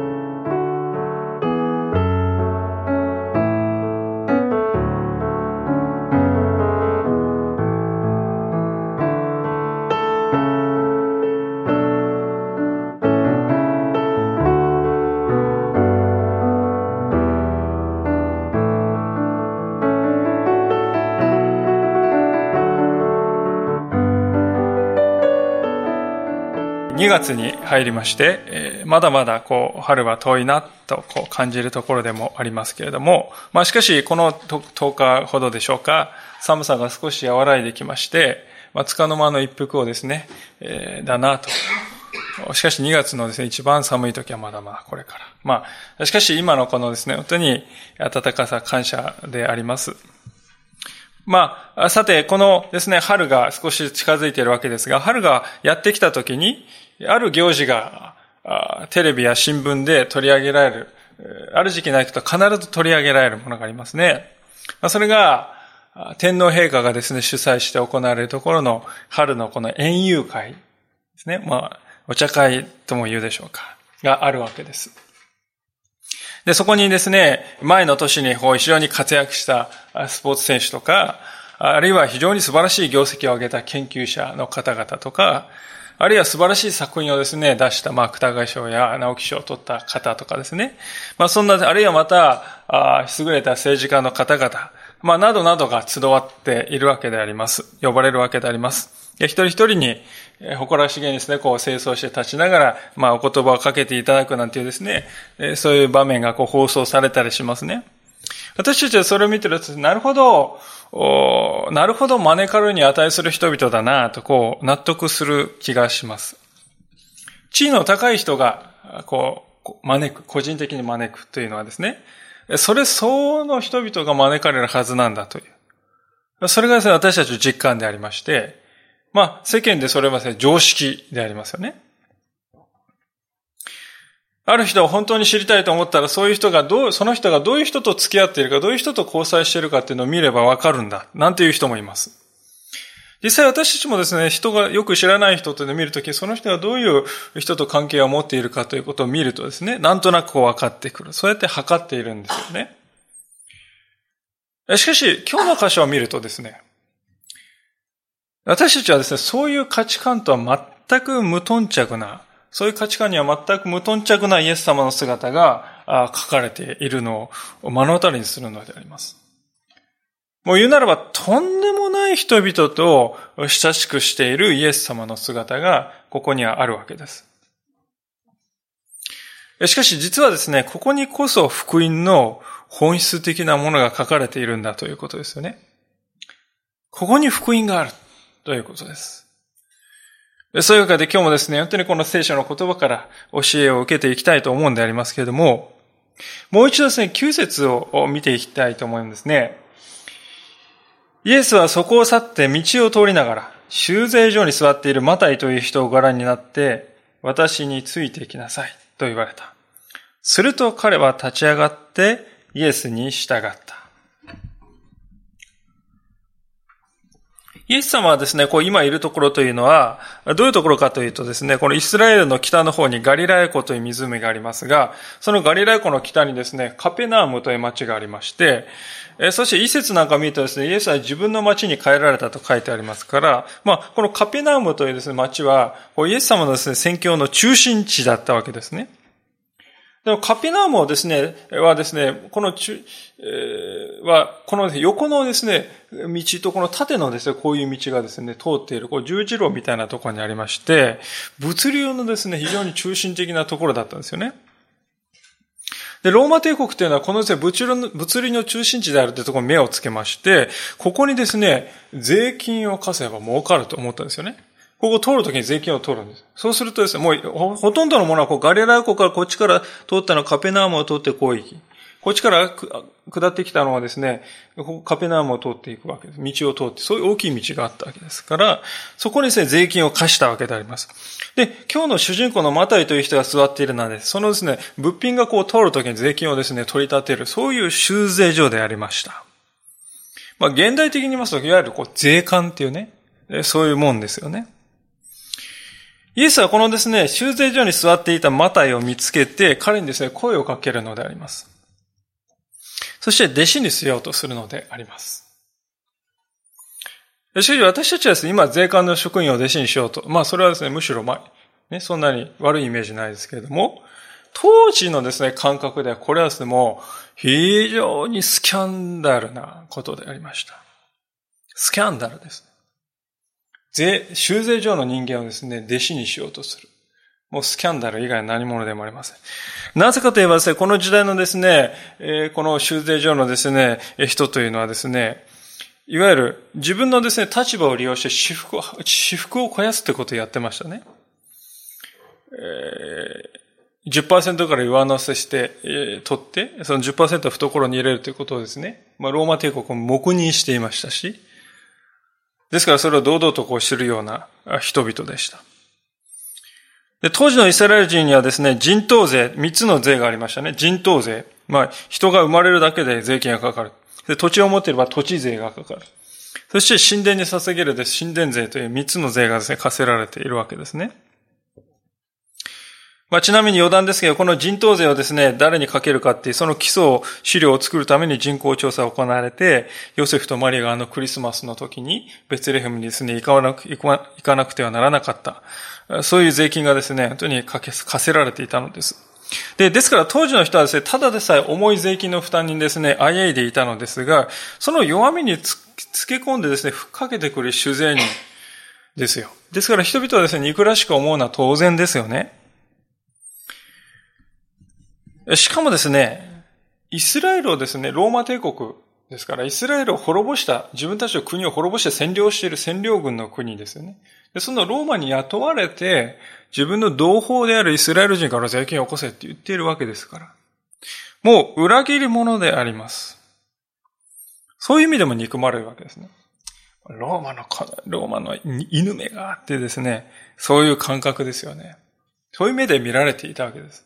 2月に入りまして、まだまだ春は遠いなと感じるところでもありますけれども、しかしこの10日ほどでしょうか、寒さが少し和らいできまして、束の間の一服をですね、だなと。しかし2月のですね、一番寒い時はまだまだこれから。しかし今のこのですね、本当に暖かさ感謝であります。さて、このですね、春が少し近づいているわけですが、春がやってきた時に、ある行事がテレビや新聞で取り上げられる、ある時期ないと必ず取り上げられるものがありますね。それが、天皇陛下がですね、主催して行われるところの春のこの園遊会ですね。お茶会とも言うでしょうか。があるわけです。で、そこにですね、前の年に非常に活躍したスポーツ選手とか、あるいは非常に素晴らしい業績を上げた研究者の方々とか、あるいは素晴らしい作品をですね、出した、芥川賞や直木賞を取った方とかですね。そんな、あるいはまた、優れた政治家の方々、などなどが集っているわけであります。呼ばれるわけであります。一人一人に、誇らしげにですね、清掃して立ちながら、お言葉をかけていただくなんていうですね、そういう場面が放送されたりしますね。私たちはそれを見てると、なるほど招かれるに値する人々だなと納得する気がします。地位の高い人が個人的に招くというのはですね、それ相応の人々が招かれるはずなんだという。それがですね、私たちの実感でありまして、世間でそれはですね、常識でありますよね。ある人を本当に知りたいと思ったら、その人がどういう人と付き合っているか、どういう人と交際しているかっていうのを見ればわかるんだ。なんていう人もいます。実際私たちもですね、人がよく知らない人と見るとき、その人がどういう人と関係を持っているかということを見るとですね、なんとなく分かってくる。そうやって測っているんですよね。しかし、今日の箇所を見るとですね、私たちはですね、そういう価値観とは全く無頓着な、そういう価値観には全く無頓着なイエス様の姿が書かれているのを目の当たりにするのであります。もう言うならば、とんでもない人々と親しくしているイエス様の姿がここにはあるわけです。しかし実はですね、ここにこそ福音の本質的なものが書かれているんだということですよね。ここに福音があるということです。そういうわけで今日もですね、本当にこの聖書の言葉から教えを受けていきたいと思うんでありますけれども、もう一度ですね、9節を見ていきたいと思うんですね。イエスはそこを去って道を通りながら、修税所に座っているマタイという人をご覧になって、私についてきなさいと言われた。すると彼は立ち上がってイエスに従った。イエス様はですね、今いるところというのは、どういうところかというとですね、このイスラエルの北の方にガリラヤ湖という湖がありますが、そのガリラヤ湖の北にですね、カペナームという町がありまして、そして一節なんか見るとですね、イエスは自分の町に帰られたと書いてありますから、このカペナームというですね、町は、イエス様のですね、宣教の中心地だったわけですね。でもカペナームはですね、この横のですね、道とこの縦のですね、こういう道がですね、通っている、十字路みたいなところにありまして、物流のですね、非常に中心的なところだったんですよね。で、ローマ帝国というのはこのですね、物流の中心地であるというところに目をつけまして、ここにですね、税金を課せば儲かると思ったんですよね。ここ通るときに税金を取るんです。そうするとですね、もうほとんどのものはガリラヤ湖からこっちから通ったのはカペナームを通ってこう行き。こっちから下ってきたのはですね、カペナームを通っていくわけです。道を通って、そういう大きい道があったわけですから、そこにですね、税金を課したわけであります。で、今日の主人公のマタイという人が座っているので、そのですね、物品が通るときに税金をですね、取り立てる、そういう収税所でありました。現代的に言いますと、いわゆる税関っていうね、そういうもんですよね。 イエスはこのですね、修税所に座っていたマタイを見つけて、彼にですね、声をかけるのであります。そして弟子にしようとするのであります。しかし私たちはですね、今税関の職員を弟子にしようと。それはですね、むしろそんなに悪いイメージないですけれども、当時のですね、感覚では、これはですね、もう非常にスキャンダルなことでありました。スキャンダルですね。修税所の人間をですね、弟子にしようとする。もうスキャンダル以外何者でもありません。なぜかといえばですね、この時代のですね、この修税所のですね、人というのはですね、いわゆる自分のですね、立場を利用して私腹を肥やすということをやってましたね。10% から上乗せして、取って、その 10% を懐に入れるということをですね、ローマ帝国も黙認していましたし、ですからそれを堂々とするような人々でした。で、当時のイスラエル人にはですね、人頭税、3つの税がありましたね。人頭税。人が生まれるだけで税金がかかる。で、土地を持っていれば土地税がかかる。そして神殿に捧げる神殿税という3つの税がですね、課せられているわけですね。ちなみに余談ですけど、この人頭税をですね、誰にかけるかっていう、その基礎資料を作るために人口調査が行われて、ヨセフとマリアがクリスマスの時に、ベツレヘムにですね、行かなくてはならなかった。そういう税金がですね、本当に課せられていたのです。ですから当時の人はですね、ただでさえ重い税金の負担にですね、あえいでいたのですが、その弱みにつけ込んでですね、ふっかけてくる主税人ですよ。ですから人々はですね、憎らしく思うのは当然ですよね。しかもですね、イスラエルをですね、ローマ帝国ですから、イスラエルを滅ぼした、自分たちの国を滅ぼして占領している占領軍の国ですよね。で、そのローマに雇われて、自分の同胞であるイスラエル人から税金を起こせって言っているわけですから。もう裏切り者であります。そういう意味でも憎まれるわけですね。ローマの犬目があってですね、そういう感覚ですよね。そういう目で見られていたわけです。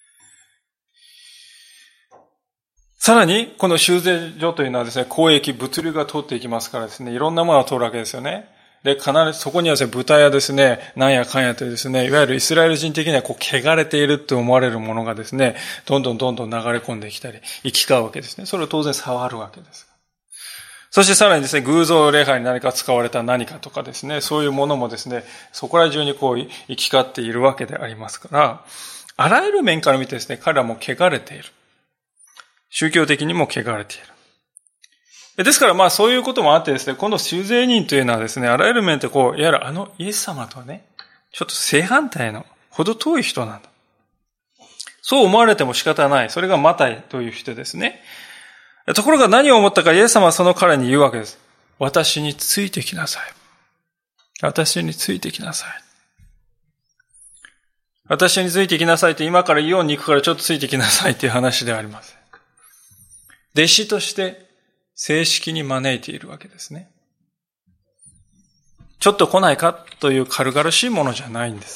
さらに、この修税所というのはですね、交易、物流が通っていきますからですね、いろんなものが通るわけですよね。で、必ずそこにはですね、豚やですね、なんやかんやというですね、いわゆるイスラエル人的には汚れていると思われるものがですね、どんどん流れ込んできたり、行き交うわけですね。それを当然触るわけです。そしてさらにですね、偶像礼拝に何か使われた何かとかですね、そういうものもですね、そこら中に行き交っているわけでありますから、あらゆる面から見てですね、彼らも汚れている。宗教的にも汚れている。ですからそういうこともあってですね、この修税人というのはですね、あらゆる面でいわゆるイエス様とはね、ちょっと正反対の、ほど遠い人なんだ。そう思われても仕方ない。それがマタイという人ですね。ところが何を思ったかイエス様はその彼に言うわけです。私についてきなさい。私についてきなさい。私についてきなさいって今からイオンに行くからちょっとついてきなさいっていう話ではありません。弟子として正式に招いているわけですね。ちょっと来ないかという軽々しいものじゃないんです。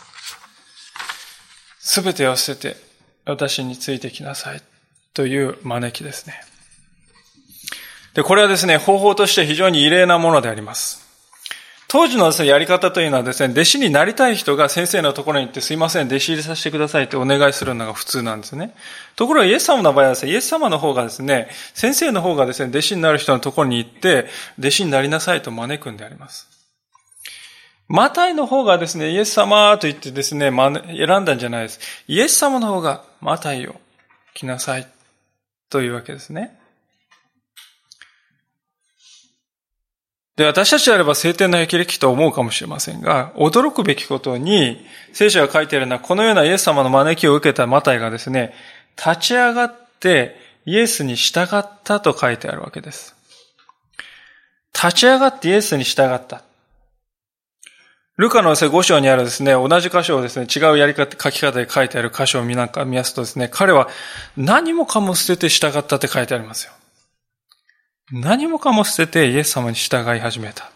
すべてを捨てて私についてきなさいという招きですね。で、これはですね、方法として非常に異例なものであります。当時のですね、やり方というのはですね、弟子になりたい人が先生のところに行ってすいません、弟子入りさせてくださいってお願いするのが普通なんですね。ところがイエス様の場合はですね、イエス様の方がですね、先生の方がですね、弟子になる人のところに行って、弟子になりなさいと招くんであります。マタイの方がですね、イエス様と言ってですね、選んだんじゃないです。イエス様の方がマタイを来なさいというわけですね。で、私たちであれば聖典の霹靂と思うかもしれませんが、驚くべきことに、聖書が書いているのは、このようなイエス様の招きを受けたマタイがですね、立ち上がってイエスに従ったと書いてあるわけです。立ち上がってイエスに従った。ルカの5章にあるですね、同じ箇所をですね、違う書き方で書いてある箇所を見ますとですね、彼は何もかも捨てて従ったって書いてありますよ。何もかも捨ててイエス様に従い始めた。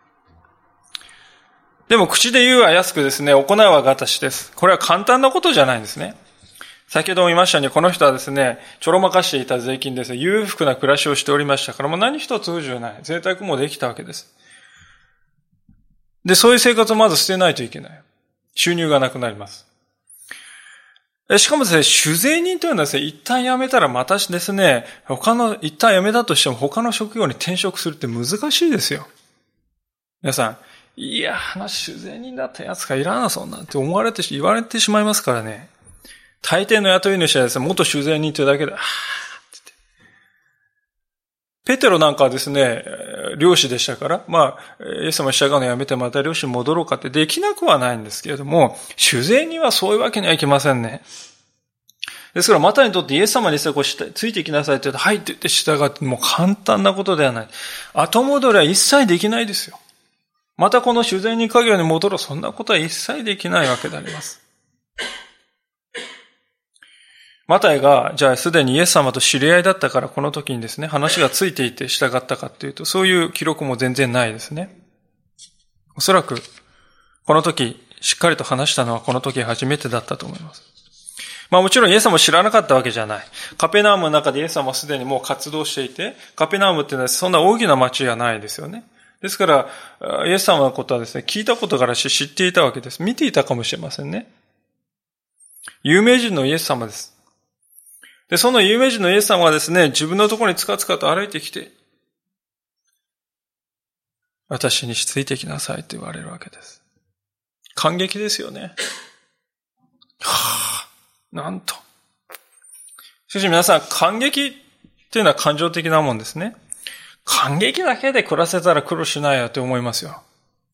でも口で言うは安くですね、行うは私です。これは簡単なことじゃないんですね。先ほども言いましたように、この人はですね、ちょろまかしていた税金ですね、裕福な暮らしをしておりましたから、もう何一つ不自由ない。贅沢もできたわけです。で、そういう生活をまず捨てないといけない。 収入がなくなります。しかもですね、酒税人というのはですね、一旦辞めたらまたですね、一旦辞めたとしても他の職業に転職するって難しいですよ。皆さん、いや、酒税人だったやつがいらんな、そんなんって言われてしまいますからね。大抵の雇い主はですね、元酒税人というだけで、ペテロなんかはですね、漁師でしたから、イエス様に従うのをやめてまた漁師に戻ろうかってできなくはないんですけれども、酒税人はそういうわけにはいきませんね。ですから、マタイにとってイエス様についてきなさいって言うと、はいって言って従うってもう簡単なことではない。後戻りは一切できないですよ。またこの酒税人家業に戻ろう、そんなことは一切できないわけであります。マタイが、じゃあすでにイエス様と知り合いだったからこの時にですね、話がついていて従ったかっていうと、そういう記録も全然ないですね。おそらく、この時、しっかりと話したのはこの時初めてだったと思います。もちろんイエス様を知らなかったわけじゃない。カペナウムの中でイエス様はすでにもう活動していて、カペナウムっていうのはそんな大きな町じゃないですよね。ですから、イエス様のことはですね、聞いたことから知っていたわけです。見ていたかもしれませんね。有名人のイエス様です。で、その有名人のイエス様はですね、自分のところにつかつかと歩いてきて、私についてきなさいと言われるわけです。感激ですよね。なんと。しかし皆さん、感激っていうのは感情的なもんですね。感激だけで暮らせたら苦労しないよって思いますよ。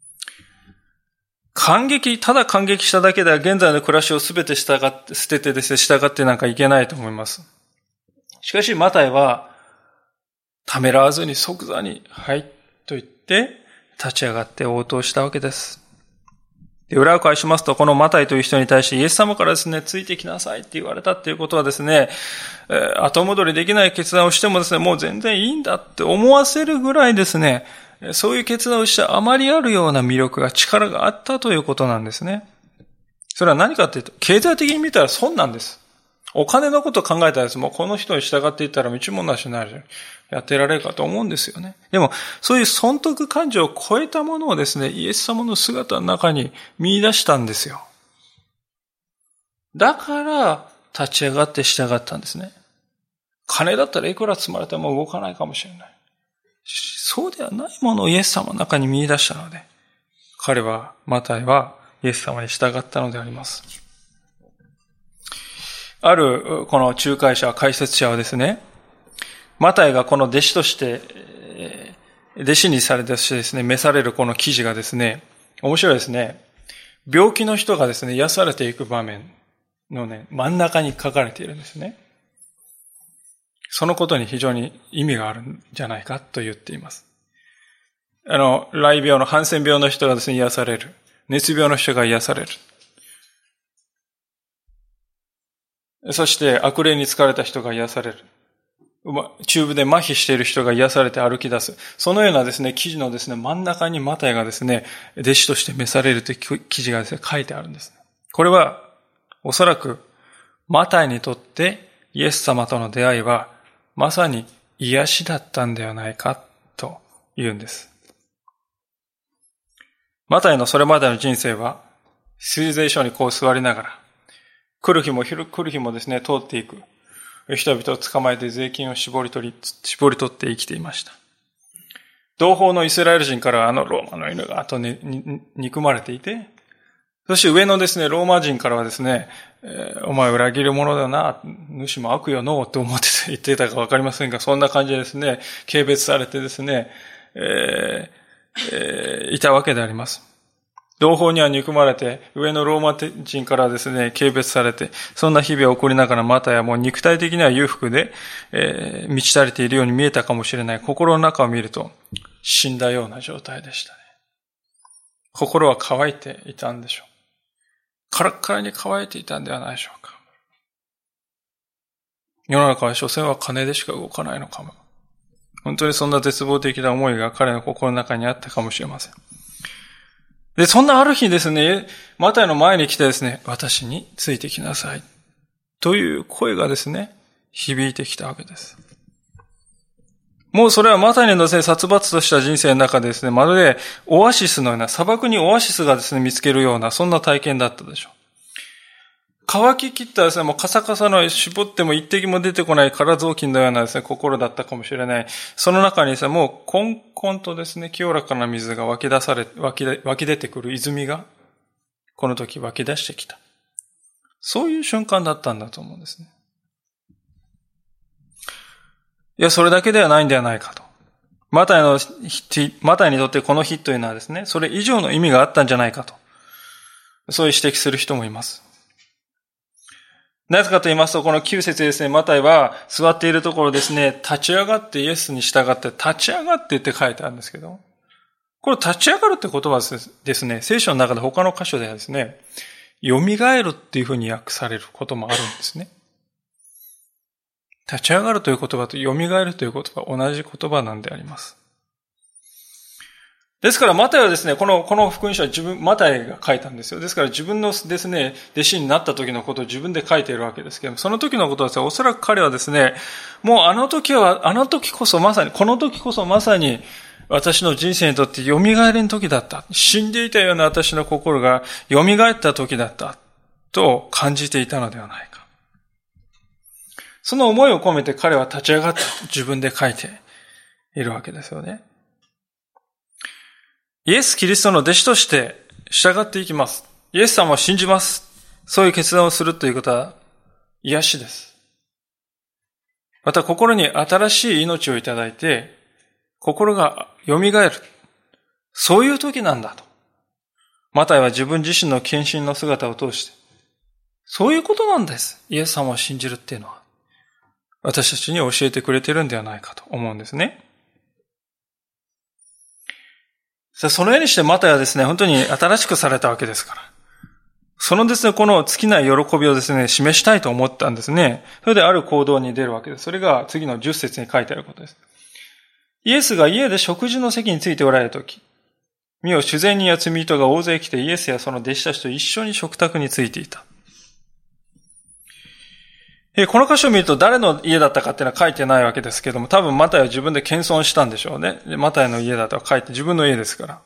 ただ感激しただけでは現在の暮らしをすべて捨ててですね、従ってなんかいけないと思います。しかしマタイは、ためらわずに即座に、はいと言って立ち上がって応答したわけです。で、裏を返しますと、このマタイという人に対してイエス様からですね、ついてきなさいって言われたっていうことはですね、後戻りできない決断をしてもですね、もう全然いいんだって思わせるぐらいですね、そういう決断をしたあまりあるような魅力が、力があったということなんですね。それは何かというと、経済的に見たら損なんです。お金のことを考えたらですね、もうこの人に従っていったら道もなしになるじゃん。やってられるかと思うんですよね。でも、そういう損得感情を超えたものをですね、イエス様の姿の中に見出したんですよ。だから、立ち上がって従ったんですね。金だったらいくら積まれても動かないかもしれない。そうではないものをイエス様の中に見出したので、マタイはイエス様に従ったのであります。ある、この仲介者、解説者はですね、マタイがこの弟子として、弟子にされてですね、召されるこの記事がですね、面白いですね。病気の人がですね、癒されていく場面のね、真ん中に書かれているんですね。そのことに非常に意味があるんじゃないかと言っています。雷病のハンセン病の人がですね、癒される。熱病の人が癒される。そして悪霊に疲れた人が癒される。中部で麻痺している人が癒されて歩き出す。そのようなですね、記事のですね、真ん中にマタイがですね、弟子として召されるという記事がですね、書いてあるんです。これは、おそらく、マタイにとってイエス様との出会いは、まさに癒しだったんではないかと言うんです。マタイのそれまでの人生は、水税所にこう座りながら、来る日もですね、通っていく。人々を捕まえて税金を絞り取って生きていました。同胞のイスラエル人からローマの犬が憎まれていて、そして上のですね、ローマ人からはですね、お前裏切る者だな、主も悪よのうと思って言っていたかわかりませんが、そんな感じでですね、軽蔑されてですね、いたわけであります。同胞には憎まれて、上のローマ人からですね、軽蔑されて、そんな日々を送りながらマタイはもう肉体的には裕福で、満ち足りているように見えたかもしれない。心の中を見ると、死んだような状態でしたね。心は乾いていたんでしょう。カラッカラに乾いていたんではないでしょうか。世の中は所詮は金でしか動かないのかも。本当にそんな絶望的な思いが彼の心の中にあったかもしれません。で、そんなある日ですね、マタイの前に来てですね、私についてきなさい。という声がですね、響いてきたわけです。 もうそれはマタイのですね、殺伐とした人生の中でですね、まるでオアシスのような、砂漠にオアシスがですね、見つけるような、そんな体験だったでしょう。乾ききったですね、もうカサカサの絞っても一滴も出てこない空雑巾のようなですね、心だったかもしれない。その中にですね、もうコンコンとですね、清らかな水が湧き出てくる泉が、この時湧き出してきた。そういう瞬間だったんだと思うんですね。いや、それだけではないんではないかと。マタイにとってこの日というのはですね、それ以上の意味があったんじゃないかと。そういう指摘する人もいます。なぜかと言いますと、この9節ですね、マタイは座っているところですね、立ち上がってイエスに従って、立ち上がってって書いてあるんですけど、これ立ち上がるって言葉はですね、聖書の中で他の箇所ではですね、蘇るっていうふうに訳されることもあるんですね。立ち上がるという言葉と蘇るという言葉は同じ言葉なんであります。ですからマタイはですね、この福音書はマタイが書いたんですよ。ですから自分のですね、弟子になった時のことを自分で書いているわけですけども、その時のことはですね、おそらく彼はですね、もうこの時こそまさに私の人生にとって蘇りの時だった。死んでいたような私の心が蘇った時だったと感じていたのではないか。その思いを込めて彼は立ち上がって自分で書いているわけですよね。イエス・キリストの弟子として従っていきます。イエス様を信じます。そういう決断をするということは癒しです。また心に新しい命をいただいて、心が蘇る。そういう時なんだと。マタイは自分自身の献身の姿を通して、そういうことなんです。イエス様を信じるっていうのは。私たちに教えてくれてるんではないかと思うんですね。そのようにしてマタイはですね、本当に新しくされたわけですから。そのですね、この尽きない喜びをですね、示したいと思ったんですね。それである行動に出るわけです。それが次の10節に書いてあることです。イエスが家で食事の席についておられるとき、見よ、主税人や罪人が大勢来てイエスやその弟子たちと一緒に食卓についていた。この箇所を見ると誰の家だったかっていうのは書いてないわけですけども、多分マタイは自分で謙遜したんでしょうね。マタイの家だとは書いて、自分の家ですから。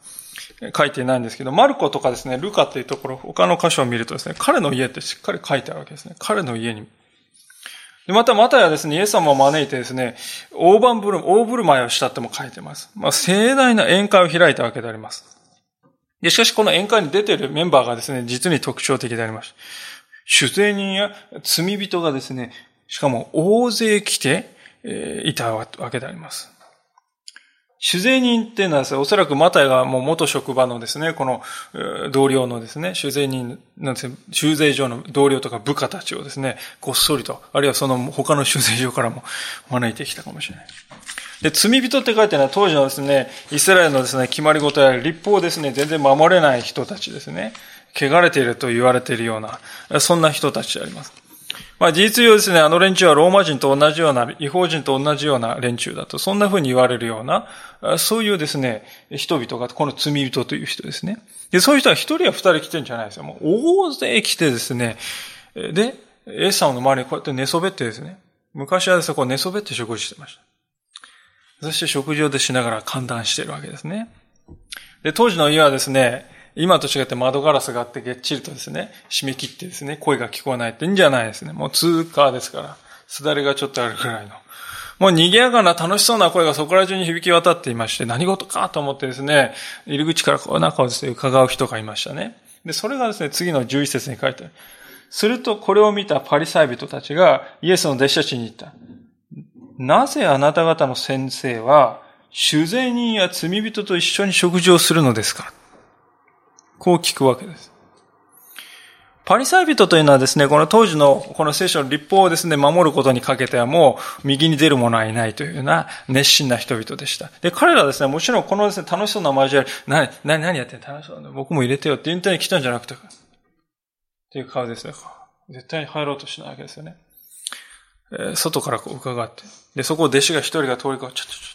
書いていないんですけど、マルコとかですね、ルカというところ、他の箇所を見るとですね、彼の家ってしっかり書いてあるわけですね。彼の家に。でまたマタイはですね、イエス様を招いてですね、大振る舞いをしたっても書いてます。盛大な宴会を開いたわけであります。しかしこの宴会に出ているメンバーがですね、実に特徴的であります。主税人や罪人がですね、しかも大勢来ていたわけであります。主税人っていうのはですね、おそらくマタイがもう元職場のですね、この同僚のですね、主税人なんですね、修税所の同僚とか部下たちをですね、ごっそりと、あるいはその他の修税所からも招いてきたかもしれない。で、罪人って書いてあるのは当時のですね、イスラエルのですね、決まり事や律法をですね、全然守れない人たちですね。汚れていると言われているような、そんな人たちであります。事実上ですね、あの連中はローマ人と同じような、違法人と同じような連中だと、そんな風に言われるような、そういうですね、人々が、この罪人という人ですね。で、そういう人は一人や二人来てるんじゃないですよ。もう大勢来てですね、で、イエス様の周りにこうやって寝そべってですね、昔はですね、こう寝そべって食事してました。そして食事をしながら歓談しているわけですね。で、当時の家はですね、今と違って窓ガラスがあってげっちりとですね、締め切ってですね、声が聞こえないっていいんじゃないですね。もう通過ですから、すだれがちょっとあるくらいの。もう賑やかな楽しそうな声がそこら中に響き渡っていまして、何事かと思ってですね、入り口からこう中をですね、伺う人がいましたね。で、それがですね、次の11節に書いてある。するとこれを見たパリサイ人たちがイエスの弟子たちに言った。なぜあなた方の先生は、主税人や罪人と一緒に食事をするのですか？こう聞くわけです。パリサイ人というのはですね、この当時のこの聖書の律法をですね、守ることにかけてはもう右に出る者はいないというような熱心な人々でした。で、彼らはですね、もちろんこのですね、楽しそうな交わり、何やってんの楽しそうなの僕も入れてよって言ったに来たんじゃなくて、っていう顔ですね。絶対に入ろうとしないわけですよね。外からこう伺って。で、そこを弟子が一人が通りかちょっと。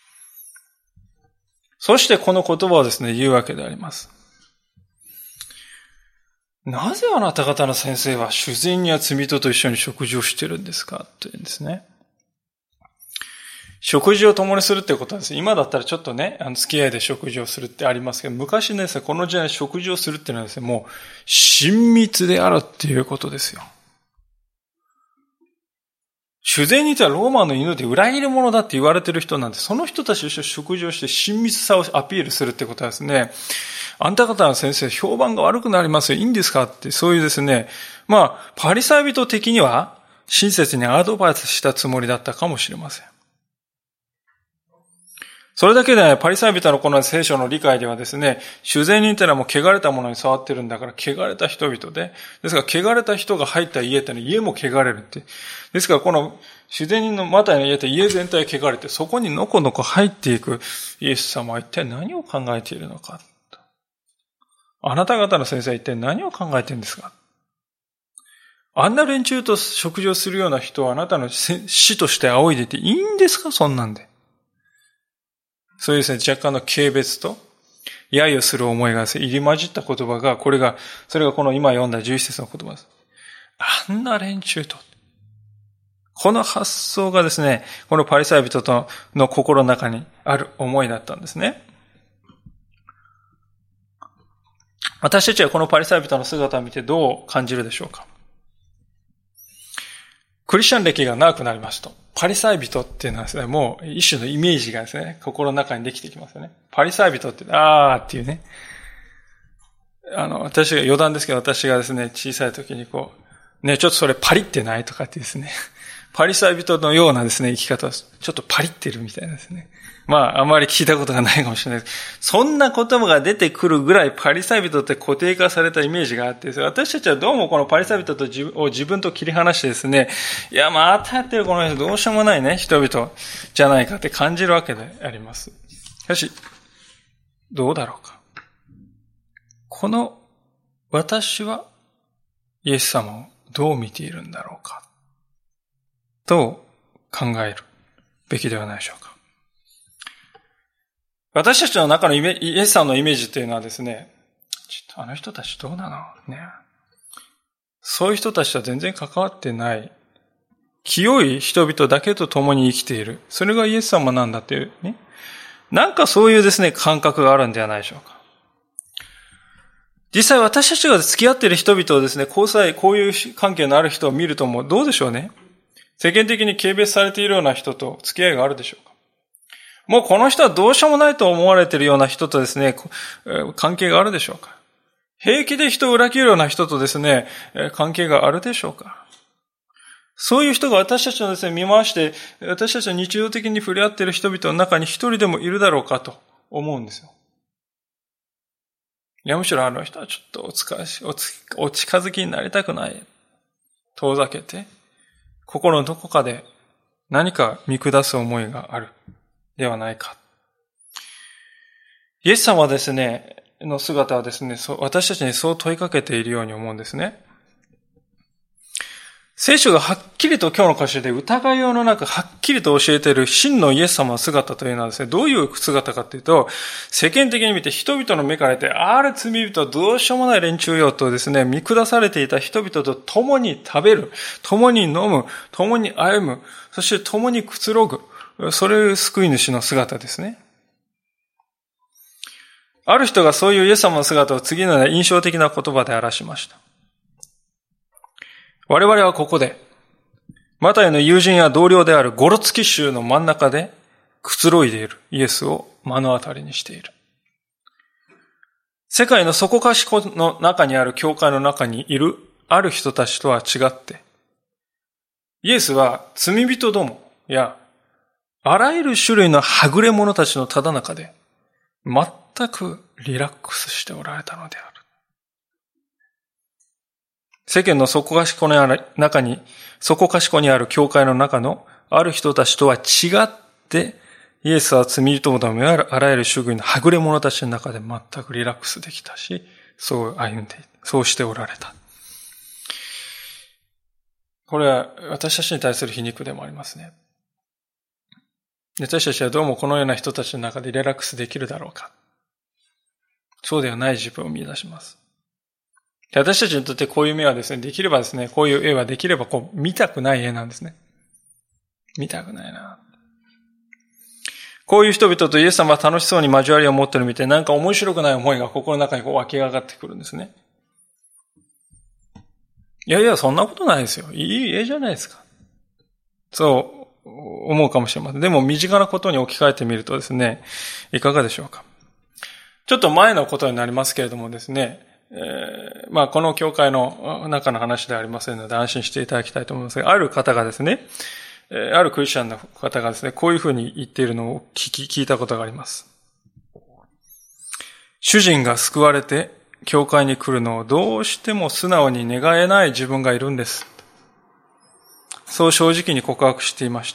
そしてこの言葉をですね、言うわけであります。なぜあなた方の先生は主税人や罪人と一緒に食事をしているんですかというんですね。 食事を共にするってことはですね、今だったらちょっとね、付き合いで食事をするってありますけど、昔のですね、この時代食事をするっていうのはですね、もう親密であるっていうことですよ。主税人とはローマの犬で裏切り者だって言われてる人なんで、その人たちと食事をして親密さをアピールするってことはですね、あんた方の先生、評判が悪くなりますよ。いいんですかって、そういうですね、パリサイ人的には親切にアドバイスしたつもりだったかもしれません。それだけでね、パリサイ人のこの聖書の理解ではですね、主税人ってのはもう汚れたものに触ってるんだから、汚れた人々で、ですから汚れた人が入った家ってのは家も汚れるって。ですからこの主税人のマタイの家って家全体汚れて、そこにのこのこ入っていくイエス様は一体何を考えているのか。あなた方の先生は一体何を考えているんですか。あんな連中と食事をするような人はあなたの死として仰いでていいんですか、そんなんで。そういうですね、若干の軽蔑と、揶揄する思いがですね、入り混じった言葉が、それがこの今読んだ11節の言葉です。あんな連中と。この発想がですね、このパリサイ人の心の中にある思いだったんですね。私たちはこのパリサイ人の姿を見てどう感じるでしょうか。クリスチャン歴が長くなりますと、パリサイ人っていうのはですね、もう一種のイメージがですね、心の中にできてきますよね。パリサイ人って、っていうね。私が余談ですけど、私がですね、小さい時にちょっとそれパリってないとかってですね、パリサイ人のようなですね、生き方をちょっとパリってるみたいなですね。あまり聞いたことがないかもしれないです。そんな言葉が出てくるぐらいパリサイ人って固定化されたイメージがあってですね、私たちはどうもこのパリサイ人を自分と切り離してですね、いや、またやってるこの人どうしようもないね、人々じゃないかって感じるわけであります。しかし、どうだろうか。この私はイエス様をどう見ているんだろうか。と考えるべきではないでしょうか。私たちの中のイエス様のイメージというのはですね、ちょっとあの人たちどうなのね。そういう人たちとは全然関わってない、清い人々だけと共に生きている。それがイエス様なんだっていうね。なんかそういうですね、感覚があるんではないでしょうか。実際私たちが付き合っている人々をですね、こういう関係のある人を見るともうどうでしょうね。世間的に軽蔑されているような人と付き合いがあるでしょうか。もうこの人はどうしようもないと思われているような人とですね、関係があるでしょうか。平気で人を裏切るような人とですね、関係があるでしょうか。そういう人が私たちのですね、見回して、私たちは日常的に触れ合っている人々の中に一人でもいるだろうかと思うんですよ。いや、むしろあの人はちょっとお近づきになりたくない。遠ざけて、心のどこかで何か見下す思いがあるではないか。イエス様はですね、の姿はですね、私たちにそう問いかけているように思うんですね。聖書がはっきりと今日の箇所で疑いようのなくはっきりと教えている真のイエス様の姿というのはですね、どういう姿かというと、世間的に見て人々の目から見て、あれ罪人どうしようもない連中よとですね、見下されていた人々と共に食べる、共に飲む、共に歩む、そして共にくつろぐ、それを救い主の姿ですね。ある人がそういうイエス様の姿を次のような印象的な言葉で表しました。我々はここで、マタイの友人や同僚であるゴロツキ州の真ん中でくつろいでいるイエスを目の当たりにしている。世界の底かしこの中にある教会の中にいるある人たちとは違って、イエスは罪人どもやあらゆる種類のはぐれ者たちのただ中で全くリラックスしておられたのである。世間の底かしこにある教会の中のある人たちとは違って、イエスは罪人どもやあらゆる種類のはぐれ者たちの中で全くリラックスできたし、そうしておられた。これは私たちに対する皮肉でもありますね。私たちはどうもこのような人たちの中でリラックスできるだろうか。そうではない自分を見出します。私たちにとってこういう目はですね、できればですね、こういう絵はできれば見たくない絵なんですね。見たくないな。 こういう人々とイエス様は楽しそうに交わりを持っているのを見て、なんか面白くない思いが心の中に湧き上がってくるんですね。いやいや、そんなことないですよ。いい絵じゃないですか。そう思うかもしれません。でも身近なことに置き換えてみるとですね、いかがでしょうか。ちょっと前のことになりますけれどもですね、この教会の中の話ではありませんので安心していただきたいと思いますが、ある方がですね、あるクリスチャンの方がですね、こういうふうに言っているのを聞いたことがあります。主人が救われて教会に来るのをどうしても素直に願えない自分がいるんです。そう正直に告白していました。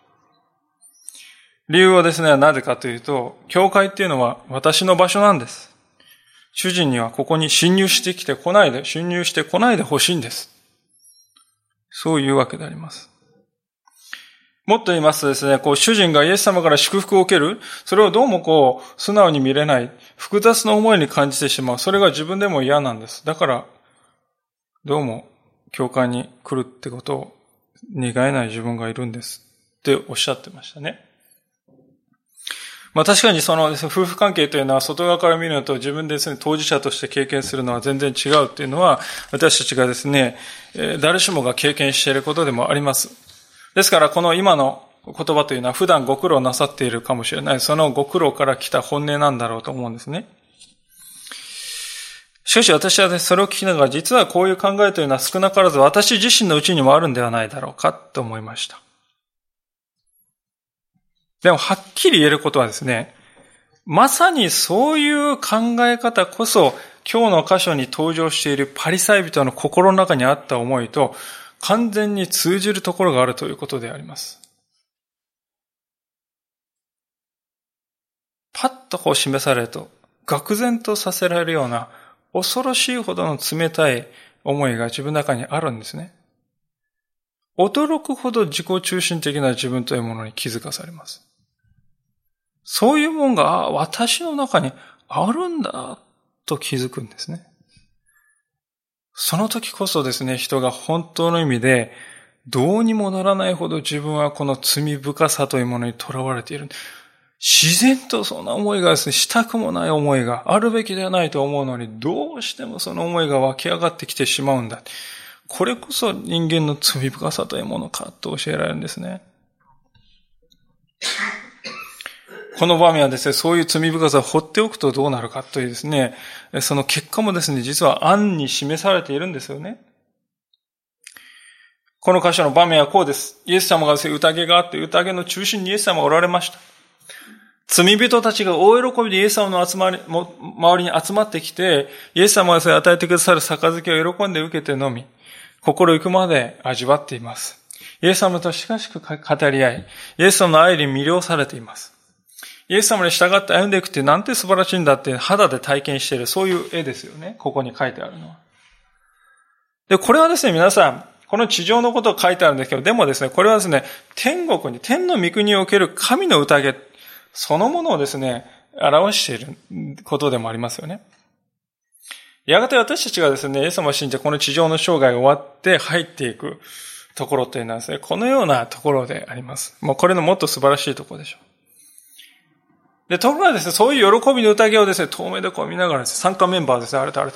理由はですね、なぜかというと、教会っていうのは私の場所なんです。主人にはここに侵入してこないでほしいんです。そういうわけであります。もっと言いますとですね、主人がイエス様から祝福を受ける、それをどうも素直に見れない、複雑な思いに感じてしまう。それが自分でも嫌なんです。だから、どうも、教会に来るってことを願えない自分がいるんです。っておっしゃってましたね。確かに夫婦関係というのは外側から見るのと自分でですね、当事者として経験するのは全然違うっていうのは、私たちがですね、誰しもが経験していることでもあります。ですからこの今の言葉というのは普段ご苦労なさっているかもしれない。そのご苦労から来た本音なんだろうと思うんですね。しかし私はそれを聞きながら実はこういう考えというのは少なからず私自身のうちにもあるんではないだろうかと思いました。でもはっきり言えることはですね、まさにそういう考え方こそ今日の箇所に登場しているパリサイ人の心の中にあった思いと完全に通じるところがあるということであります。パッと示されると愕然とさせられるような恐ろしいほどの冷たい思いが自分の中にあるんですね。驚くほど自己中心的な自分というものに気づかされます。そういうものが私の中にあるんだと気づくんですね。その時こそですね、人が本当の意味でどうにもならないほど自分はこの罪深さというものにとらわれている。自然とそんな思いがですね、したくもない思いがあるべきではないと思うのに、どうしてもその思いが湧き上がってきてしまうんだ。これこそ人間の罪深さというものかと教えられるんですね。この場面はですね、そういう罪深さを放っておくとどうなるかというですね、その結果もですね、実は暗に示されているんですよね。この箇所の場面はこうです。イエス様がですね、宴があって、宴の中心にイエス様がおられました。罪人たちが大喜びでイエス様の周りに集まってきて、イエス様がですね、与えてくださる杯を喜んで受けて飲み、心ゆくまで味わっています。イエス様と親しく語り合い、イエス様の愛に魅了されています。イエス様に従って歩んでいくってなんて素晴らしいんだって肌で体験している、そういう絵ですよね。ここに書いてあるのは。で、これはですね、皆さん、この地上のことが書いてあるんですけど、でもですね、これはですね、天国に、天の御国における神の宴、そのものをですね、表していることでもありますよね。やがて私たちがですね、イエス様を信じてこの地上の生涯が終わって入っていくところというのはですね、このようなところであります。もうこれのもっと素晴らしいところでしょう。で、ところがですね、そういう喜びの宴をですね、遠目で見ながらですね、参加メンバーですね、あれと、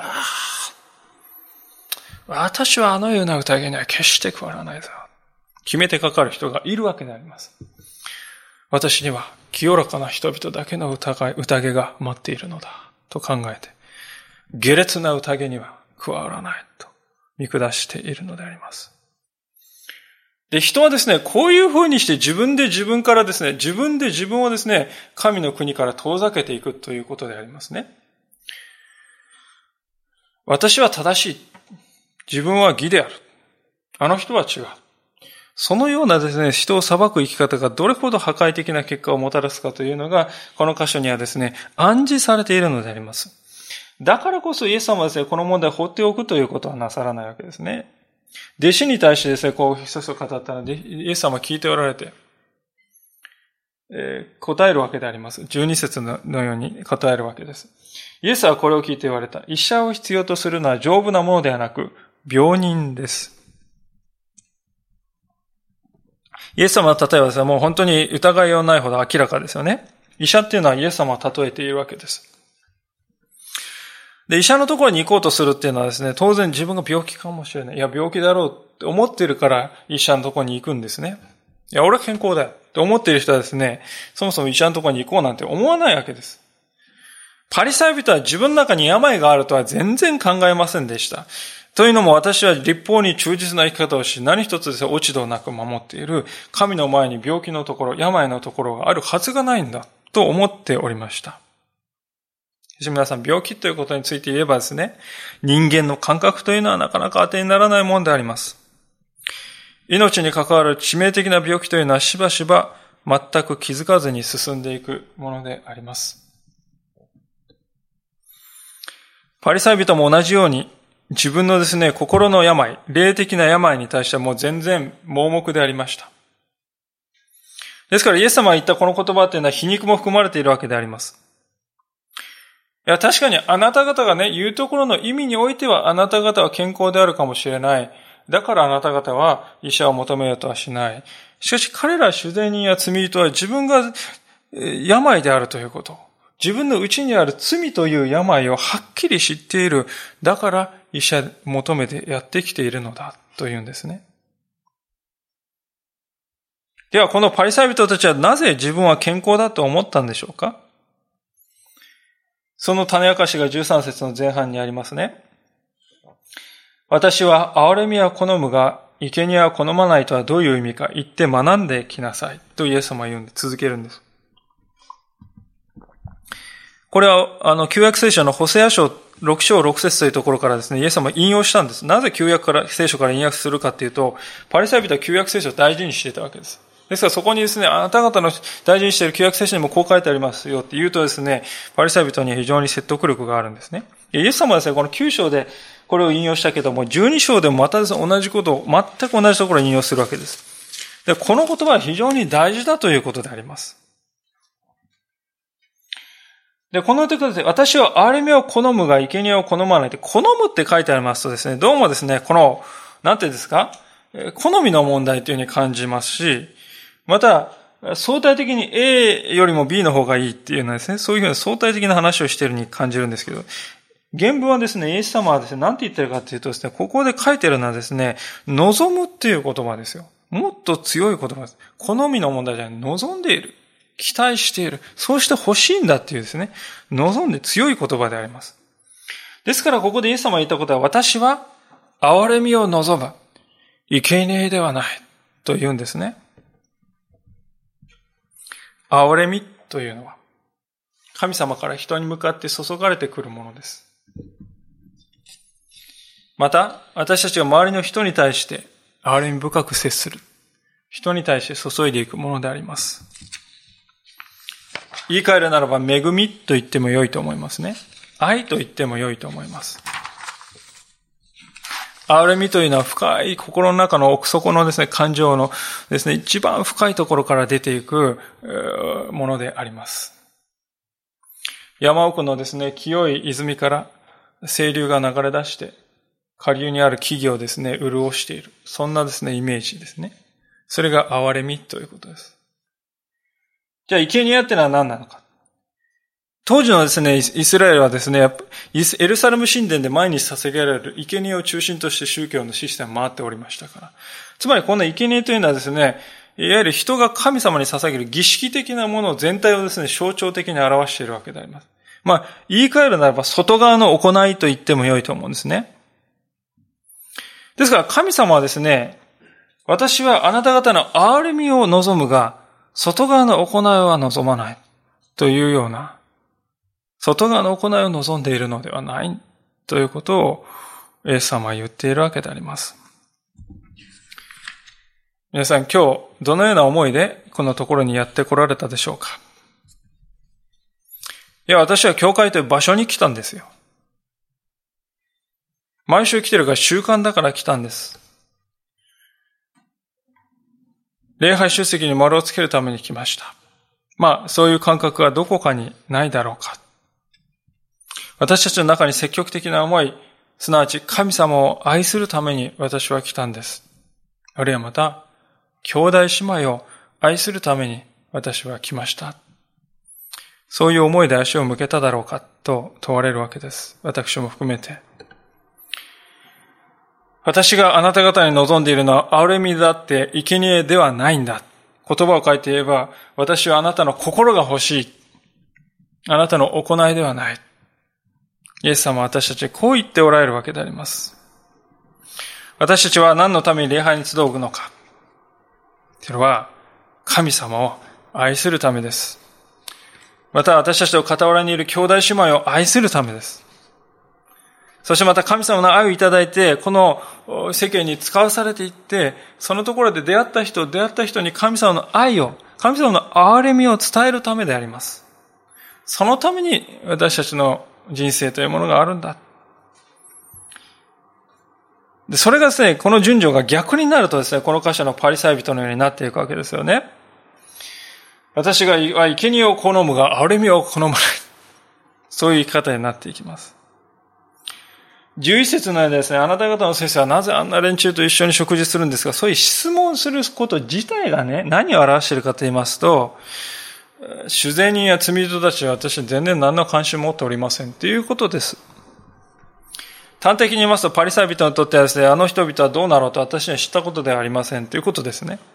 私はあのような宴には決して加わらないぞ。決めてかかる人がいるわけであります。私には清らかな人々だけの宴が待っているのだ、と考えて、下劣な宴には加わらないと見下しているのであります。で、人はですね、こういう風にして自分で自分からですね、自分で自分をですね、神の国から遠ざけていくということでありますね。私は正しい。自分は義である。あの人は違う。そのようなですね、人を裁く生き方がどれほど破壊的な結果をもたらすかというのが、この箇所にはですね、暗示されているのであります。だからこそイエス様はですね、この問題を放っておくということはなさらないわけですね。弟子に対してですね、こう一つ語ったので、イエス様は聞いておられて、答えるわけであります。12節のように答えるわけです。イエスはこれを聞いて言われた。医者を必要とするのは丈夫なものではなく、病人です。 イエス様の例えばですね、もう本当に疑いようないほど明らかですよね。医者っていうのはイエス様を例えているわけです。で、医者のところに行こうとするっていうのはですね、当然自分が病気かもしれない。いや、病気だろうって思っているから医者のところに行くんですね。いや、俺は健康だよって思っている人はですね、そもそも医者のところに行こうなんて思わないわけです。パリサイ人は自分の中に病があるとは全然考えませんでした。というのも私は律法に忠実な生き方をし、何一つ落ち度なく守っている神の前に病気のところ、病のところがあるはずがないんだと思っておりました。皆さん、病気ということについて言えばですね、人間の感覚というのはなかなか当てにならないものであります。命に関わる致命的な病気というのはしばしば全く気づかずに進んでいくものであります。パリサイ人も同じように自分のですね、心の病、霊的な病に対してはもう全然盲目でありました。ですからイエス様が言ったこの言葉というのは皮肉も含まれているわけであります。いや、確かにあなた方がね、言うところの意味においてはあなた方は健康であるかもしれない。だからあなた方は医者を求めようとはしない。しかし彼ら主税人や罪人は自分が病であるということ。自分の内にある罪という病をはっきり知っている。だから医者求めてやってきているのだというんですね。ではこのパリサイ人たちはなぜ自分は健康だと思ったんでしょうか？その種明かしが13節の前半にありますね。私は憐れみは好むが、生贄は好まないとはどういう意味か言って学んできなさい。とイエス様は言うんで続けるんです。これは、旧約聖書のホセア書6章6節というところからですね、イエス様は引用したんです。なぜ旧約聖書から引用するかっていうと、パリサイ人は旧約聖書を大事にしていたわけです。ですからそこにですね、あなた方の大事にしている旧約聖書にもこう書いてありますよって言うとですね、パリサイ人には非常に説得力があるんですね。イエス様はですね、この9章でこれを引用したけども、12章でもまたですね、同じことを全く同じところに引用するわけです。で、この言葉は非常に大事だということであります。で、このところで、私は憐れみを好むが生贄を好まないって、好むって書いてありますとですね、どうもですね、この、なんていうんですか、好みの問題というふうに感じますし、また、相対的に A よりも B の方がいいっていうのはですね、そういうふうな相対的な話をしているように感じるんですけど、原文はですね、イエス様はですね、なんて言ってるかっていうとですね、ここで書いてるのはですね、望むっていう言葉ですよ。もっと強い言葉です。好みの問題じゃない、望んでいる。期待している。そうして欲しいんだっていうですね、望んで強い言葉であります。ですからここでイエス様が言ったことは、私は憐れみを望む。生贄ではない。と言うんですね。憐れみというのは、神様から人に向かって注がれてくるものです。また、私たちが周りの人に対して憐れみ深く接する。人に対して注いでいくものであります。言い換えるならば、恵みと言っても良いと思いますね。愛と言っても良いと思います。憐れみというのは深い心の中の奥底のですね、感情のですね、一番深いところから出ていくものであります。山奥のですね、清い泉から清流が流れ出して、下流にある木々をですね、潤している。そんなですね、イメージですね。それが憐れみということです。じゃあ、生贄ってのは何なのか。当時のですね、イスラエルはですね、エルサレム神殿で毎日捧げられる生贄を中心として宗教のシステムが回っておりましたから。つまりこの生贄というのはですね、いわゆる人が神様に捧げる儀式的なもの全体をですね、象徴的に表しているわけであります。まあ、言い換えるならば外側の行いと言っても良いと思うんですね。ですから神様はですね、私はあなた方の憐れみを望むが、外側の行いは望まないというような、外側の行いを望んでいるのではないということをイエス様は言っているわけであります。皆さん今日どのような思いでこのところにやって来られたでしょうか。いや、私は教会という場所に来たんですよ。毎週来てるから習慣だから来たんです。礼拝出席に丸をつけるために来ました。まあ、そういう感覚がどこかにないだろうか。私たちの中に積極的な思い、すなわち神様を愛するために私は来たんです。あるいはまた、 兄弟姉妹を愛するために私は来ました。そういう思いで足を向けただろうかと問われるわけです。私も含めて。私があなた方に望んでいるのは憐れみだって生贄ではないんだ。言葉を変えて言えば、私はあなたの心が欲しい。あなたの行いではない。イエス様は私たちにこう言っておられるわけであります。私たちは何のために礼拝に集うのか。それは神様を愛するためです。また私たちと傍らにいる兄弟姉妹を愛するためです。そしてまた神様の愛をいただいて、この世間に使わされていって、そのところで出会った人に神様の愛を、神様の憐れみを伝えるためであります。そのために私たちの人生というものがあるんだ。で、それがですね、この順序が逆になるとですね、この箇所のパリサイ人のようになっていくわけですよね。私が生贄を好むが憐れみを好まない。そういう生き方になっていきます。11節のようにですね、あなた方の先生はなぜあんな連中と一緒に食事するんですか？そういう質問すること自体がね、何を表しているかと言いますと、主税人や罪人たちは私は全然何の関心も持っておりませんということです。端的に言いますと、パリサイ人にとってはですね、あの人々はどうなろうと私には知ったことではありませんということですね。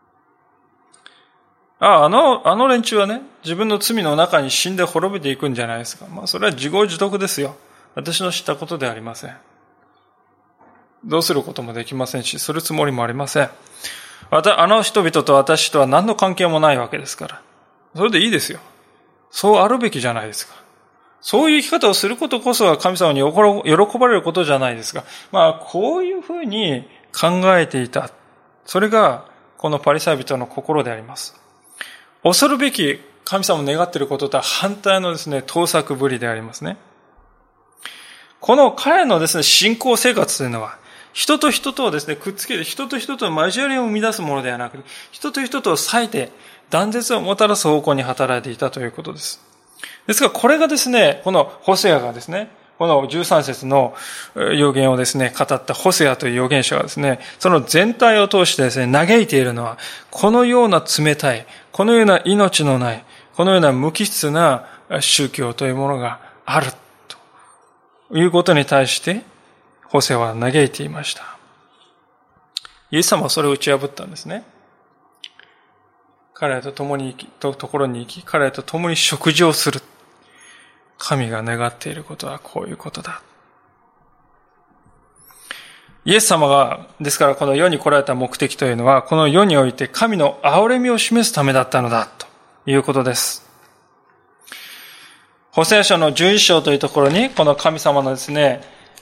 あの連中はね、自分の罪の中に死んで滅びていくんじゃないですか。それは自業自得ですよ。私の知ったことではありません。どうすることもできませんし、するつもりもありません。あの人々と私とは何の関係もないわけですから。それでいいですよ。そうあるべきじゃないですか。そういう生き方をすることこそが神様に喜ばれることじゃないですか。こういうふうに考えていた。それがこのパリサイ人の心であります。恐るべき神様を願っていることとは反対のですね、盗作ぶりでありますね。この彼のですね、信仰生活というのは、人と人とをですね、くっつけて、人と人との交わりを生み出すものではなく、人と人とを割いて、断絶をもたらす方向に働いていたということです。ですが、これがですね、このホセアがですね、この13節の預言をですね、語ったホセアという預言者がですね、その全体を通してですね、嘆いているのは、このような冷たい、このような命のない、このような無機質な宗教というものがあるということに対して、ホセアは嘆いていました。イエス様はそれを打ち破ったんですね。彼らと共にところに行き、彼らと共に食事をする。神が願っていることはこういうことだ。イエス様が、ですからこの世に来られた目的というのは、この世において神の憐れみを示すためだったのだ、ということです。ホセア書の11章というところに、この神様のですね、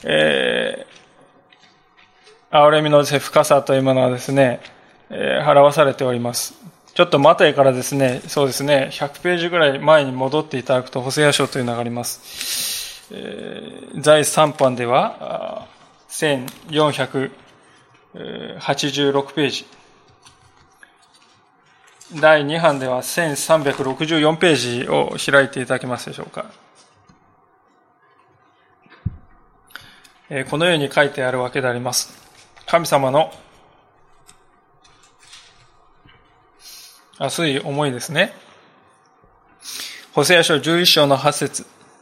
憐れみのですね、深さというものがですね、表されております。ちょっとマタイからですね、そうですね、100ページぐらい前に戻っていただくと、ホセア書というのがあります。第3版では、1486ページ。第2版では1364ページを開いていただけますでしょうか。このように書いてあるわけであります。神様の熱い思いですね。ホセア書11章の8節。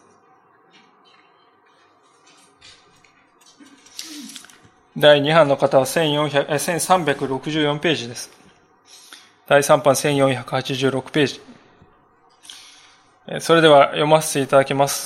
第2版の方は1364ページです。第3版1486ページ。それでは読ませていただきます。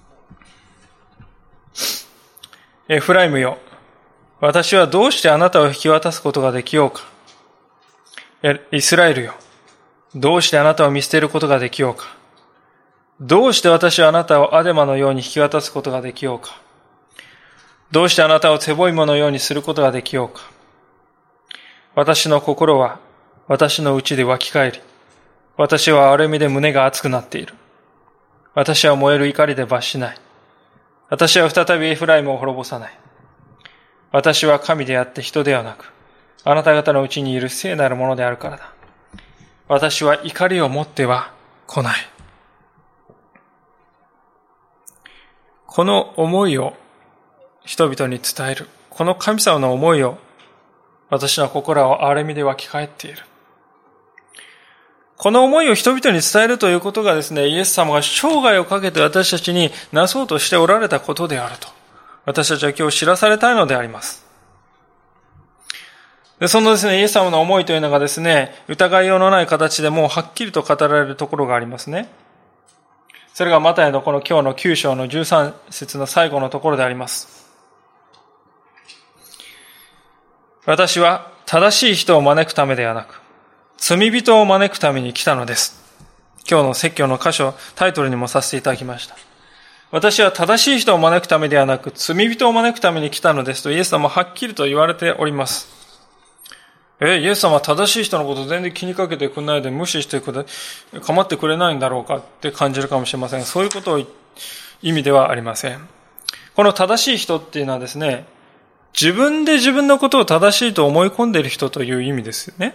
エフライムよ、私はどうしてあなたを引き渡すことができようか。イスラエルよ、どうしてあなたを見捨てることができようか。どうして私はあなたをアデマのように引き渡すことができようか。どうしてあなたをツェボイモのようにすることができようか。私の心は私の内で湧き返り、私は憐れみで胸が熱くなっている。私は燃える怒りで罰しない。私は再びエフライムを滅ぼさない。私は神であって人ではなく、あなた方のうちにいる聖なるものであるからだ。私は怒りを持っては来ない。この思いを人々に伝える。この神様の思いを私の心は憐れみで湧き返っている。この思いを人々に伝えるということがですね、イエス様が生涯をかけて私たちになそうとしておられたことであると、私たちは今日知らされたいのであります。で、そのですね、イエス様の思いというのがですね、疑いようのない形でもうはっきりと語られるところがありますね。それがマタイのこの今日の9章の13節の最後のところであります。私は正しい人を招くためではなく、罪人を招くために来たのです。今日の説教の箇所、タイトルにもさせていただきました。私は正しい人を招くためではなく、罪人を招くために来たのですと、イエス様ははっきりと言われております。イエス様は正しい人のことを全然気にかけてくれないで無視して構ってくれないんだろうかって感じるかもしれません。そういうことを意味ではありません。この正しい人っていうのはですね、自分で自分のことを正しいと思い込んでいる人という意味ですよね。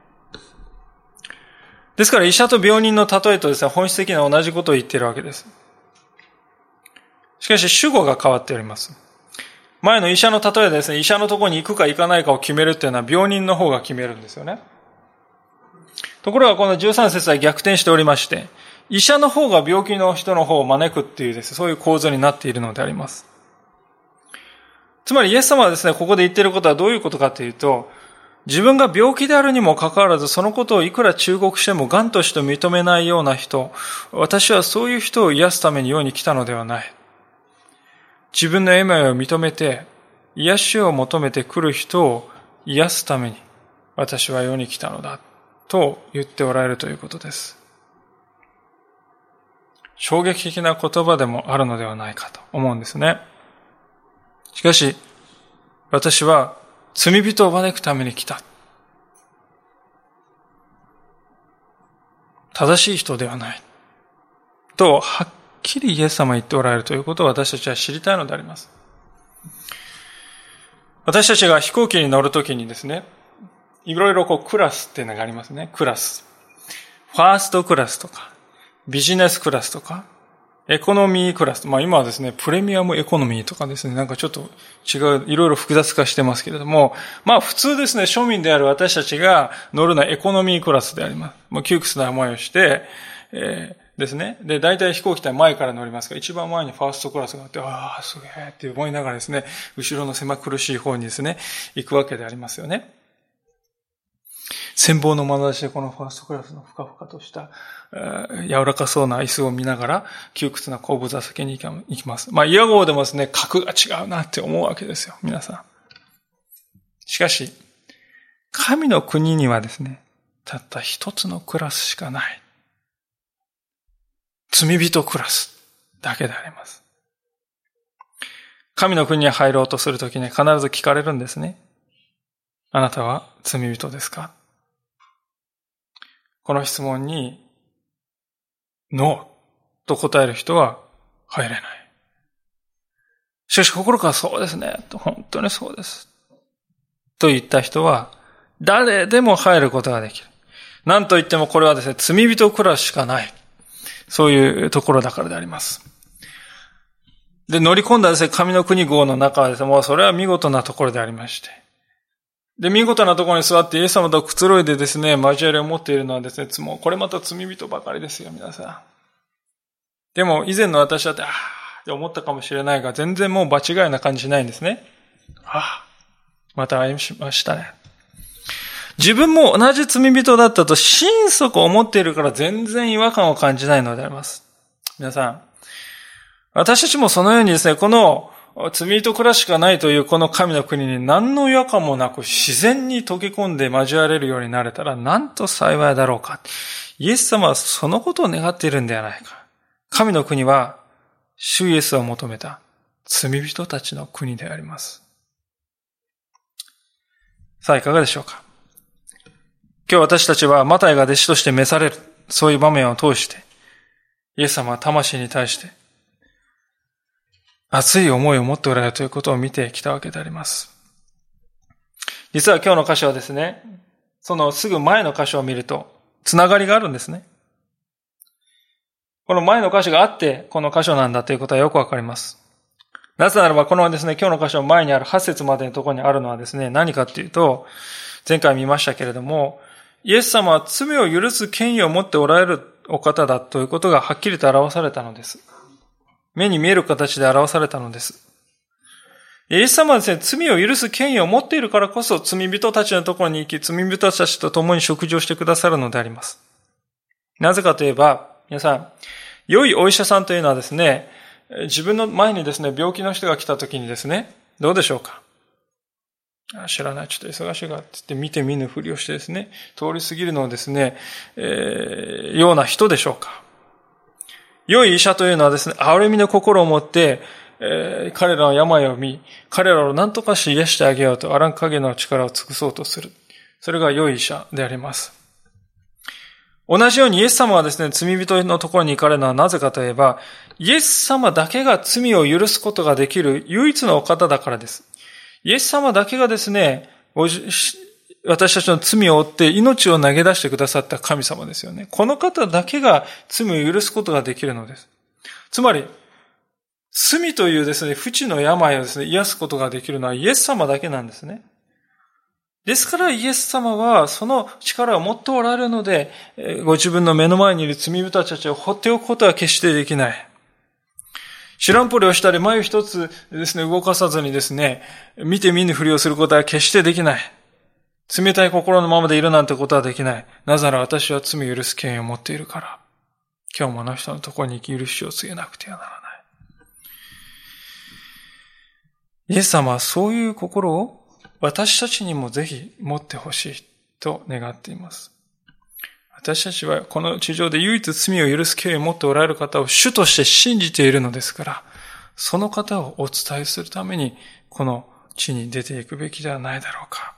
ですから医者と病人の例えとですね、本質的な同じことを言っているわけです。しかし主語が変わっております。前の医者の例えでですね、医者のところに行くか行かないかを決めるっていうのは病人の方が決めるんですよね。ところがこの13節は逆転しておりまして、医者の方が病気の人の方を招くっていうですね、そういう構造になっているのであります。つまりイエス様はですね、ここで言っていることはどういうことかというと、自分が病気であるにもかかわらず、そのことをいくら忠告しても頑として認めないような人、私はそういう人を癒すために世に来たのではない。自分の病を認めて、癒しを求めて来る人を癒すために、私は世に来たのだ、と言っておられるということです。衝撃的な言葉でもあるのではないかと思うんですね。しかし、私は罪人を招くために来た。正しい人ではない。と、はっきりイエス様は言っておられるということを私たちは知りたいのであります。私たちが飛行機に乗るときにですね、いろいろクラスっていうのがありますね。クラス。ファーストクラスとか、ビジネスクラスとか、エコノミークラス。今はですね、プレミアムエコノミーとかですね、なんかちょっと違う、いろいろ複雑化してますけれども、普通ですね、庶民である私たちが乗るのはエコノミークラスであります。窮屈な思いをして、ですね。で、大体飛行機って前から乗りますから、一番前にファーストクラスがあって、ああ、すげえって思いながらですね、後ろの狭苦しい方にですね、行くわけでありますよね。羨望の眼差しでこのファーストクラスのふかふかとした柔らかそうな椅子を見ながら窮屈な後部座席に行きます。イヤ号でもですね、格が違うなって思うわけですよ、皆さん。しかし、神の国にはですね、たった一つのクラスしかない。罪人クラスだけであります。神の国に入ろうとするときに必ず聞かれるんですね。あなたは罪人ですか？この質問に、ノーと答える人は入れない。しかし心からそうですね、本当にそうです。と言った人は、誰でも入ることができる。なんと言ってもこれはですね、罪人クラスしかない。そういうところだからであります。で、乗り込んだですね、神の国号の中はですね、もうそれは見事なところでありまして。で、見事なところに座ってイエス様とくつろいでですね、交わりを持っているのはですね、もうこれまた罪人ばかりですよ、皆さん。でも、以前の私だって、って思ったかもしれないが、全然もう場違いな感じしないんですね。また会いましたね。自分も同じ罪人だったと心底思っているから全然違和感を感じないのであります。皆さん、私たちもそのようにですね、この罪人クラスしかないというこの神の国に何の違和感もなく自然に溶け込んで交われるようになれたらなんと幸いだろうか。イエス様はそのことを願っているんではないか。神の国は主イエスを求めた罪人たちの国であります。さあいかがでしょうか。今日私たちはマタイが弟子として召される、そういう場面を通して、イエス様は魂に対して熱い思いを持っておられるということを見てきたわけであります。実は今日の箇所はですね、そのすぐ前の箇所を見ると、つながりがあるんですね。この前の箇所があって、この箇所なんだということはよくわかります。 なぜならばこのですね、今日の箇所の前にある8節までのところにあるのはですね、何かっていうと、前回見ましたけれども、イエス様は罪を許す権威を持っておられるお方だということがはっきりと表されたのです。目に見える形で表されたのです。イエス様はですね、罪を許す権威を持っているからこそ、罪人たちのところに行き、罪人たちと共に食事をしてくださるのであります。なぜかといえば、皆さん、良いお医者さんというのはですね、自分の前にですね、病気の人が来た時にですね、どうでしょうか？知らない、ちょっと忙しいからって言って見て見ぬふりをしてですね、通り過ぎるのをですね、ような人でしょうか？良い医者というのはですね、憐れみの心を持って、彼らの病を見、彼らを何とかして癒してあげようと、あらん影の力を尽くそうとする。それが良い医者であります。同じようにイエス様はですね、罪人のところに行かれるのはなぜかといえば、イエス様だけが罪を許すことができる唯一のお方だからです。イエス様だけがですね、私たちの罪を負って命を投げ出してくださった神様ですよね。この方だけが罪を許すことができるのです。つまり、罪というですね、不治の病をですね、癒すことができるのはイエス様だけなんですね。ですからイエス様はその力を持っておられるので、ご自分の目の前にいる罪人たちを放っておくことは決してできない。知らんぷりをしたり眉一つですね、動かさずにですね、見て見ぬふりをすることは決してできない。冷たい心のままでいるなんてことはできない。なぜなら私は罪を許す権威を持っているから。今日もあの人のところに許しを告げなくてはならない。イエス様はそういう心を私たちにもぜひ持ってほしいと願っています。私たちはこの地上で唯一罪を許す権威を持っておられる方を主として信じているのですから、その方をお伝えするためにこの地に出ていくべきではないだろうか。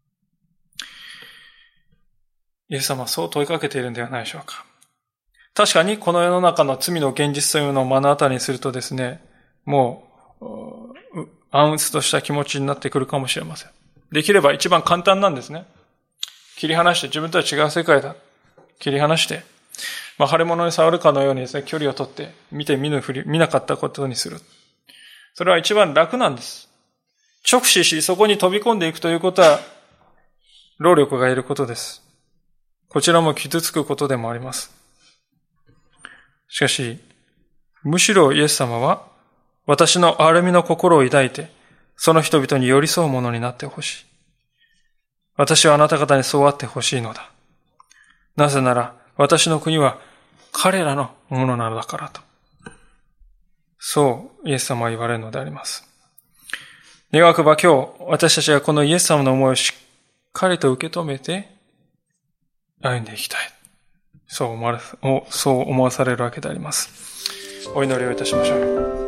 イエス様はそう問いかけているのではないでしょうか。確かにこの世の中の罪の現実というのを目の当たりにするとですね、もう暗鬱とした気持ちになってくるかもしれません。できれば一番簡単なんですね。切り離して自分とは違う世界だ。切り離して、腫れ物に触るかのようにですね、距離を取って見て見なかったことにする。それは一番楽なんです。直視し、そこに飛び込んでいくということは、労力がいることです。こちらも傷つくことでもあります。しかし、むしろイエス様は、私の憐れみの心を抱いて、その人々に寄り添うものになってほしい。私はあなた方にそうあってほしいのだ。なぜなら、私の国は彼らのものなのだからと。そうイエス様は言われるのであります。願わくば今日、私たちがこのイエス様の思いをしっかりと受け止めて歩んでいきたい。そう思わされるわけであります。お祈りをいたしましょう。